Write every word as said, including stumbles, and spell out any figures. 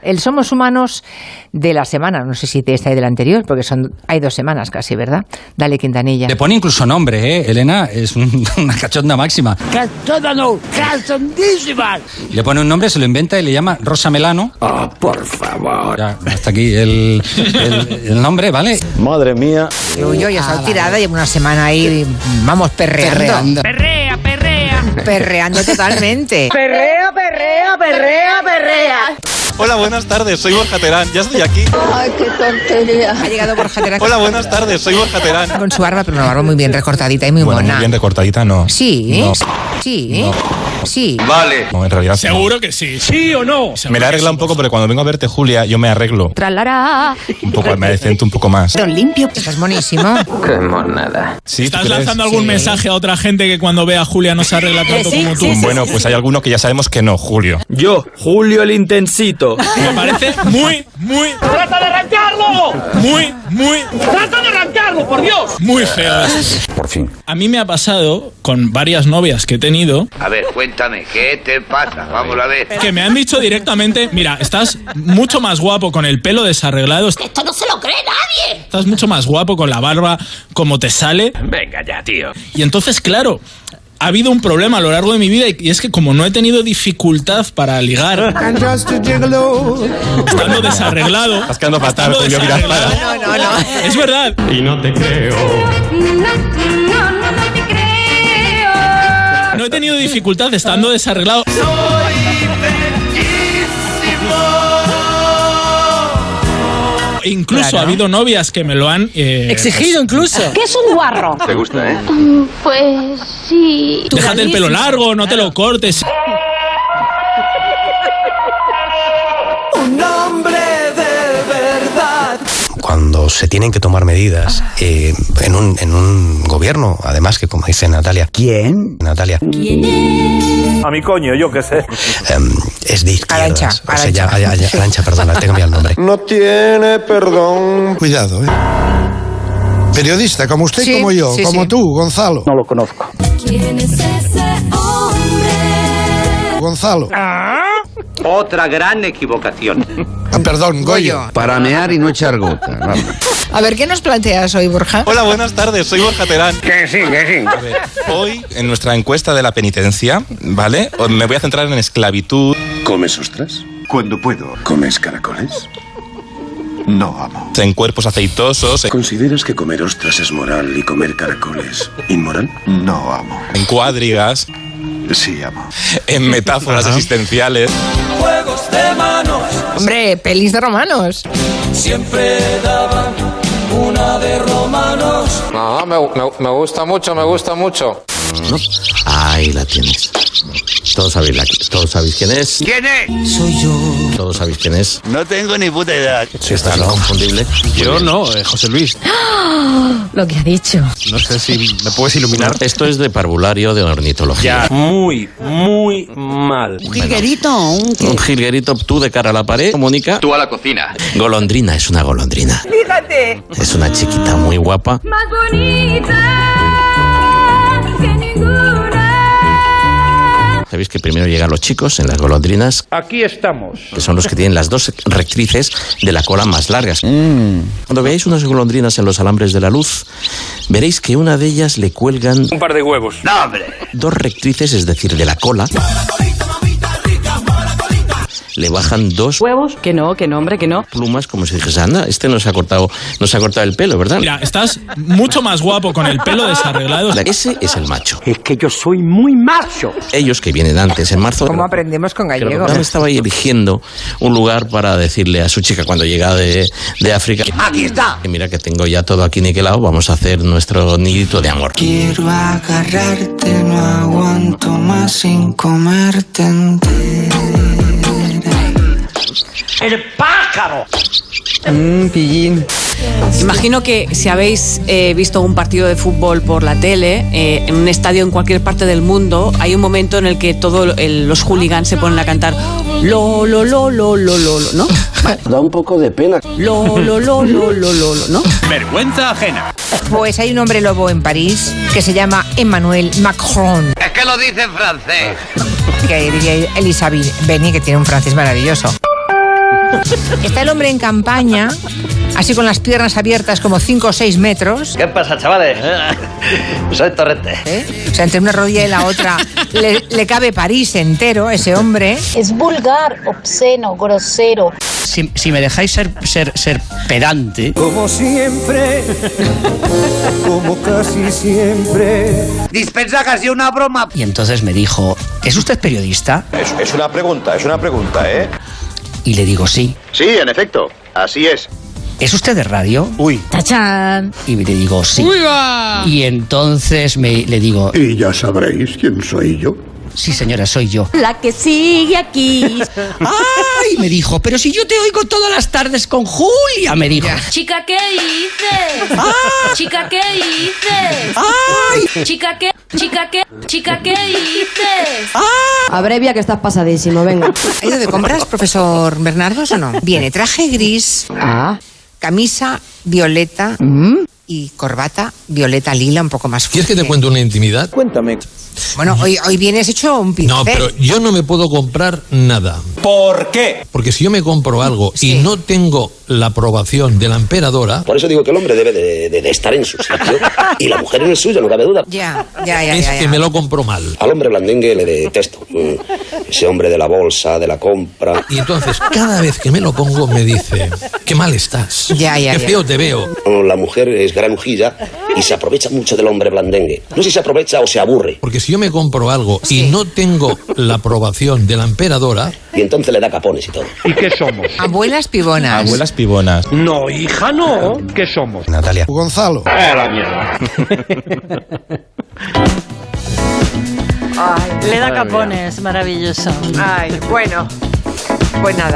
el Somos Humanos de la semana. No sé si de esta y de la anterior, porque son hay dos semanas casi, ¿verdad? Dale, Quintanilla. Le pone incluso nombre, ¿eh? Elena es un, una cachonda máxima. ¡Cachonda no! ¡Cachondísima! Le pone un nombre, se lo inventa y le llama Rosa Melano. ¡Oh, por favor! Ya, hasta aquí el, el, el nombre, ¿vale? Madre mía. Yo, yo ya estoy tirada, llevo una semana ahí, vamos, perreando. Perreando. Perrea, perrea. Perreando totalmente. Perrea, perrea, perrea, perrea. Hola, buenas tardes, soy Borja Terán, ya estoy aquí. Ay, qué tontería. Ha llegado Borja Terán. Hola, buenas tardes, soy Borja Terán. Con su barba, pero una barba muy bien recortadita y muy Bueno, mona. muy bien recortadita, no. Sí, No. sí, No. sí. Vale. No, en realidad Seguro no. que sí. ¿Sí o no? Me la he arreglado un poco, pero cuando vengo a verte, Julia, yo me arreglo. Tralará. Un poco, me decento un poco más. Don limpio. Estás monísimo. Qué monada. ¿Sí, ¿Estás tú crees? lanzando algún Sí. mensaje a otra gente que cuando ve a Julia no se arregla tanto sí, como tú? sí, sí. Bueno, pues hay alguno que ya sabemos que no, Julio. Yo, Julio el Intensito. Me parece muy, muy, ¡Trata de arrancarlo! muy, muy, ¡Trata de arrancarlo, por Dios! muy feo esto. Por fin. A mí me ha pasado con varias novias que he tenido A ver, cuéntame, ¿qué te pasa? Vamos a ver. que me han dicho directamente, mira, estás mucho más guapo con el pelo desarreglado, Esto no se lo cree nadie. estás mucho más guapo con la barba como te sale. Venga ya, tío. Y entonces, claro, ha habido un problema a lo largo de mi vida y es que como no he tenido dificultad para ligar estando desarreglado, Estás quedando fatal, estando Julio, mira, desarreglado, No, no, no. es verdad. Y no te creo. No he tenido dificultad estando desarreglado. Incluso Claro. ha habido novias que me lo han eh, Exigido incluso. ¿Qué es un guarro? ¿Te gusta, eh? Pues sí. pues, déjate el pelo largo, no te lo cortes. Cuando se tienen que tomar medidas eh, en, un, en un gobierno, además que como dice Natalia. ¿Quién? Natalia. A mi coño, yo qué sé. eh, es de izquierdas. Arantxa, O sea, ya, ya, ya, Arantxa, perdona, tengo que el nombre. No tiene perdón. Cuidado, ¿eh? Periodista, como usted y Sí, como yo, sí, como sí. tú, Gonzalo. No lo conozco. ¿Quién es ese hombre? Gonzalo. Otra gran equivocación. Ah, perdón, Goyo. Goyo. Para mear y no echar gota. Vamos. A ver, ¿qué nos planteas hoy, Borja? Hola, buenas tardes, soy Borja Terán. Que sí, que sí. A ver, hoy, en nuestra encuesta de la penitencia, ¿vale? Me voy a centrar en esclavitud. ¿Comes ostras? Cuando puedo. ¿Comes caracoles? No, amo. En cuerpos aceitosos, ¿Consideras que comer ostras es moral y comer caracoles inmoral? No, amo. en cuadrigas, Sí, amo. en metáforas existenciales. Hombre, pelis de romanos. No, me, me, me gusta mucho, me gusta mucho. ¿No? Ahí la tienes. Todos sabéis, la, todos sabéis quién es. ¿Quién es? Todos sabéis quién es. No tengo ni puta edad. Sí, está inconfundible. Yo no, eh, José Luis. Lo que ha dicho. No sé si me puedes iluminar. Esto es de parvulario de ornitología. Muy, muy mal. ¿Un jilguerito o un qué? Un jilguerito, tú de cara a la pared, Mónica. Tú a la cocina. Golondrina, es una golondrina. Fíjate. Es una chiquita muy guapa. Más bonita que ninguna. Sabéis que primero llegan los chicos en las golondrinas, Aquí estamos. que son los que tienen las dos rectrices de la cola más largas. Cuando veáis unas golondrinas en los alambres de la luz, veréis que una de ellas le cuelgan Un par de huevos. No, hombre. dos rectrices, es decir, de la cola. Le bajan dos ¿Huevos? Que no, que no, hombre, que no. plumas, como si dijese, anda, este no se ha cortado, no se ha cortado el pelo, ¿verdad? Mira, estás mucho más guapo con el pelo desarreglado. Ese es el macho. Es que yo soy muy macho. Ellos que vienen antes, en marzo. ¿Cómo aprendemos con gallego? Me estaba ahí eligiendo un lugar para decirle a su chica cuando llega de, de África. Aquí está. Y mira que tengo ya todo aquí niquelado, vamos a hacer nuestro nidito de amor. Quiero agarrarte, no aguanto más sin comerte entera. ¡El pájaro! Mmm, pillín. Imagino que si habéis eh, visto un partido de fútbol por la tele, eh, en un estadio en cualquier parte del mundo, hay un momento en el que todos los hooligans se ponen a cantar lo, lo, lo, lo, lo, lo, lo, ¿no? Vale. Da un poco de pena. Lo, lo, lo, lo, lo, lo, lo, ¿no? Vergüenza ajena. Pues hay un hombre lobo en París que se llama Emmanuel Macron, Es que lo dice en francés. que diría Elisabeth Beni, que tiene un francés maravilloso. Está el hombre en campaña, así con las piernas abiertas como cinco o seis metros. ¿Qué pasa, chavales? Soy Torrente. ¿Eh? O sea, entre una rodilla y la otra le, le cabe París entero, ese hombre. Es vulgar, obsceno, grosero. Si, si me dejáis ser, ser, ser pedante. Como siempre, como casi siempre. Dispensa casi una broma. Y entonces me dijo, ¿es usted periodista? Es, es una pregunta, es una pregunta, ¿eh? Y le digo, sí. Sí, en efecto, así es. ¿Es usted de radio? Uy. ¡Tachán! Y le digo, sí. ¡Uy, va! Y entonces me, le digo, Y ya sabréis quién soy yo. sí señora, soy yo. La que sigue aquí. ¡Ay! Me dijo, pero si yo te oigo todas las tardes con Julia, me dijo. Chica, ¿qué dices? Chica, ¿qué dices? ¡Ay! Chica, ¿qué? Chica, ¿qué? Chica, ¿qué dices? Abrevia que estás pasadísimo, venga. ¿Ha ido de compras, profesor Bernardos, o no? Viene traje gris, Ah. camisa violeta y corbata violeta lila un poco más fuerte. ¿Quieres que te cuente una intimidad? Cuéntame. Bueno, hoy, hoy vienes hecho un pincel. No, pero yo no me puedo comprar nada. ¿Por qué? Porque si yo me compro algo Sí. y no tengo la aprobación de la emperadora, Por eso digo que el hombre debe de, de- de estar en su sitio y la mujer en el suyo, no cabe duda. Ya, ya, ya, es ya, ya. que me lo compro mal. Al hombre blandengue le detesto. Mm, Ese hombre de la bolsa, de la compra. Y entonces, cada vez que me lo pongo, me dice, qué mal estás. Ya, ya, qué ya. feo te veo. La mujer es granujilla y se aprovecha mucho del hombre blandengue. No sé si se aprovecha o se aburre. Porque si yo me compro algo Sí. y no tengo la aprobación de la emperadora, Y entonces le da capones y todo. ¿Y qué somos? Abuelas pibonas. Abuelas pibonas. No, hija, no. ¿Qué somos? Natalia. Gonzalo. ¡Eh, la mierda! Le da capones, maravilloso. Ay, bueno, pues nada.